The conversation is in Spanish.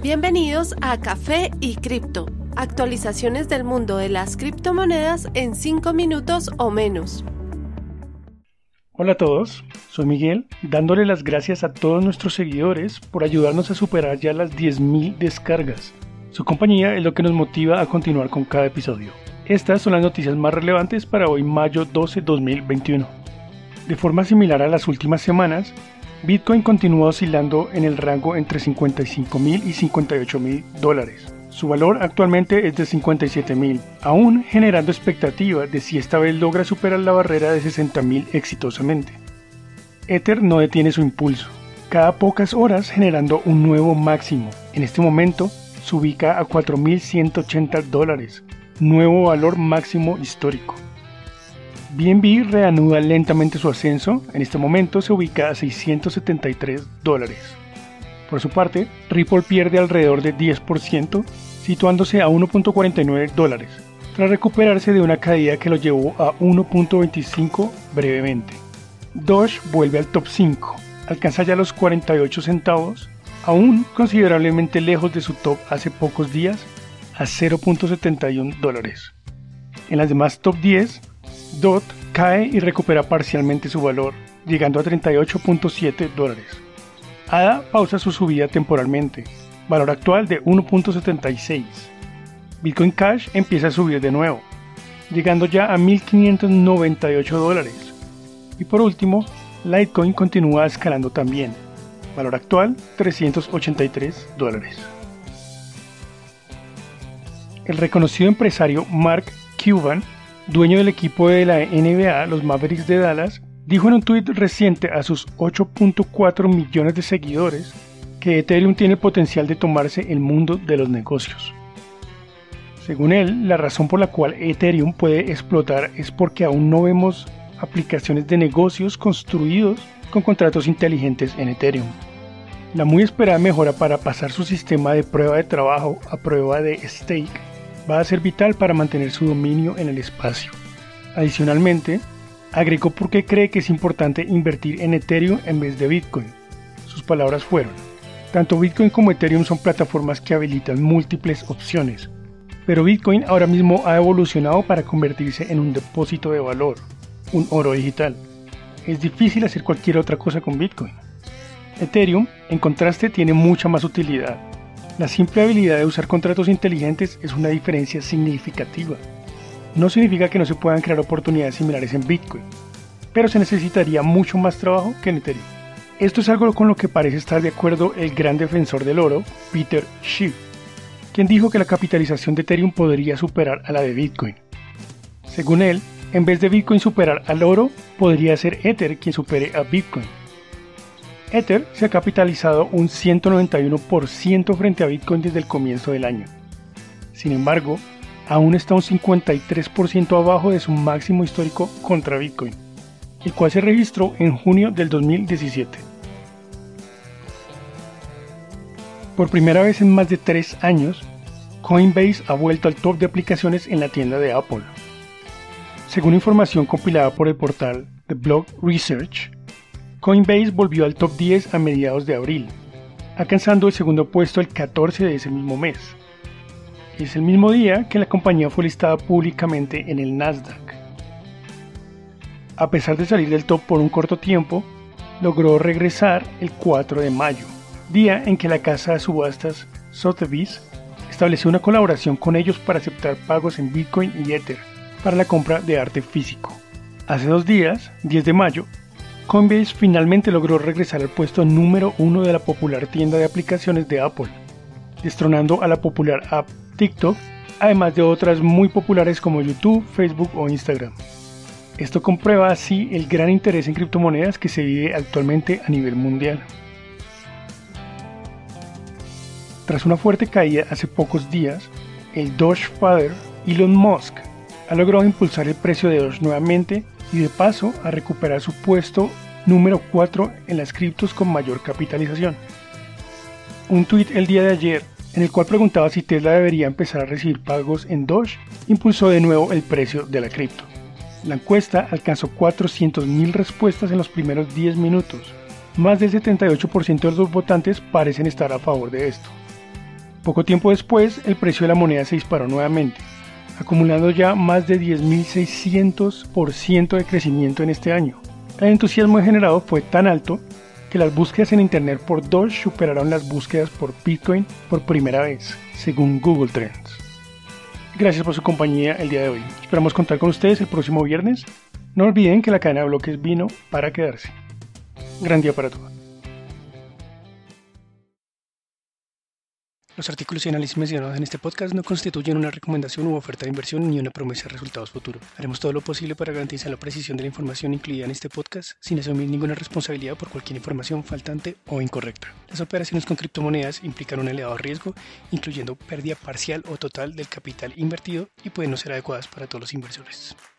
Bienvenidos a Café y Cripto, actualizaciones del mundo de las criptomonedas en 5 minutos o menos. Hola a todos, soy Miguel, dándole las gracias a todos nuestros seguidores por ayudarnos a superar ya las 10.000 descargas. Su compañía es lo que nos motiva a continuar con cada episodio. Estas son las noticias más relevantes para hoy, mayo 12, 2021. De forma similar a las últimas semanas, Bitcoin continúa oscilando en el rango entre $55,000 y $58,000. Su valor actualmente es de $57,000, aún generando expectativas de si esta vez logra superar la barrera de $60,000 exitosamente. Ether no detiene su impulso, cada pocas horas generando un nuevo máximo. En este momento se ubica a $4,180, nuevo valor máximo histórico. BNB reanuda lentamente su ascenso, en este momento se ubica a $673. Por su parte, Ripple pierde alrededor de 10%, situándose a $1.49, tras recuperarse de una caída que lo llevó a 1.25 brevemente. Doge vuelve al top 5, alcanza ya los 48 centavos, aún considerablemente lejos de su top hace pocos días, a $0.71. En las demás top 10, DOT cae y recupera parcialmente su valor, llegando a $38.7. ADA pausa su subida temporalmente, valor actual de 1.76. Bitcoin Cash empieza a subir de nuevo, llegando ya a $1,598. Y por último, Litecoin continúa escalando también, valor actual $383. El reconocido empresario Mark Cuban, dueño del equipo de la NBA, los Mavericks de Dallas, dijo en un tuit reciente a sus 8.4 millones de seguidores que Ethereum tiene potencial de tomarse el mundo de los negocios. Según él, la razón por la cual Ethereum puede explotar es porque aún no vemos aplicaciones de negocios construidos con contratos inteligentes en Ethereum. La muy esperada mejora para pasar su sistema de prueba de trabajo a prueba de stake va a ser vital para mantener su dominio en el espacio. Adicionalmente, agregó por qué cree que es importante invertir en Ethereum en vez de Bitcoin. Sus palabras fueron: tanto Bitcoin como Ethereum son plataformas que habilitan múltiples opciones, pero Bitcoin ahora mismo ha evolucionado para convertirse en un depósito de valor, un oro digital. Es difícil hacer cualquier otra cosa con Bitcoin. Ethereum, en contraste, tiene mucha más utilidad. La simple habilidad de usar contratos inteligentes es una diferencia significativa. No significa que no se puedan crear oportunidades similares en Bitcoin, pero se necesitaría mucho más trabajo que en Ethereum. Esto es algo con lo que parece estar de acuerdo el gran defensor del oro, Peter Schiff, quien dijo que la capitalización de Ethereum podría superar a la de Bitcoin. Según él, en vez de Bitcoin superar al oro, podría ser Ether quien supere a Bitcoin. Ether se ha capitalizado un 191% frente a Bitcoin desde el comienzo del año. Sin embargo, aún está un 53% abajo de su máximo histórico contra Bitcoin, el cual se registró en junio del 2017. Por primera vez en más de 3 años, Coinbase ha vuelto al top de aplicaciones en la tienda de Apple. Según información compilada por el portal The Block Research, Coinbase volvió al top 10 a mediados de abril, alcanzando el segundo puesto el 14 de ese mismo mes. Es el mismo día que la compañía fue listada públicamente en el Nasdaq. A pesar de salir del top por un corto tiempo, logró regresar el 4 de mayo, día en que la casa de subastas Sotheby's estableció una colaboración con ellos para aceptar pagos en Bitcoin y Ether para la compra de arte físico. Hace 2 días, 10 de mayo, Coinbase finalmente logró regresar al puesto número 1 de la popular tienda de aplicaciones de Apple, destronando a la popular app TikTok, además de otras muy populares como YouTube, Facebook o Instagram. Esto comprueba así el gran interés en criptomonedas que se vive actualmente a nivel mundial. Tras una fuerte caída hace pocos días, el Doge Father Elon Musk ha logrado impulsar el precio de Doge nuevamente y de paso a recuperar su puesto número 4 en las criptos con mayor capitalización. Un tweet el día de ayer en el cual preguntaba si Tesla debería empezar a recibir pagos en Doge impulsó de nuevo el precio de la cripto. La encuesta alcanzó 400.000 respuestas en los primeros 10 minutos. Más del 78% de los votantes parecen estar a favor de esto. Poco tiempo después, el precio de la moneda se disparó nuevamente, acumulando ya más de 10.600% de crecimiento en este año. El entusiasmo generado fue tan alto que las búsquedas en Internet por Doge superaron las búsquedas por Bitcoin por primera vez, según Google Trends. Gracias por su compañía el día de hoy. Esperamos contar con ustedes el próximo viernes. No olviden que la cadena de bloques vino para quedarse. Gran día para todos. Los artículos y análisis mencionados en este podcast no constituyen una recomendación u oferta de inversión ni una promesa de resultados futuros. Haremos todo lo posible para garantizar la precisión de la información incluida en este podcast sin asumir ninguna responsabilidad por cualquier información faltante o incorrecta. Las operaciones con criptomonedas implican un elevado riesgo, incluyendo pérdida parcial o total del capital invertido y pueden no ser adecuadas para todos los inversores.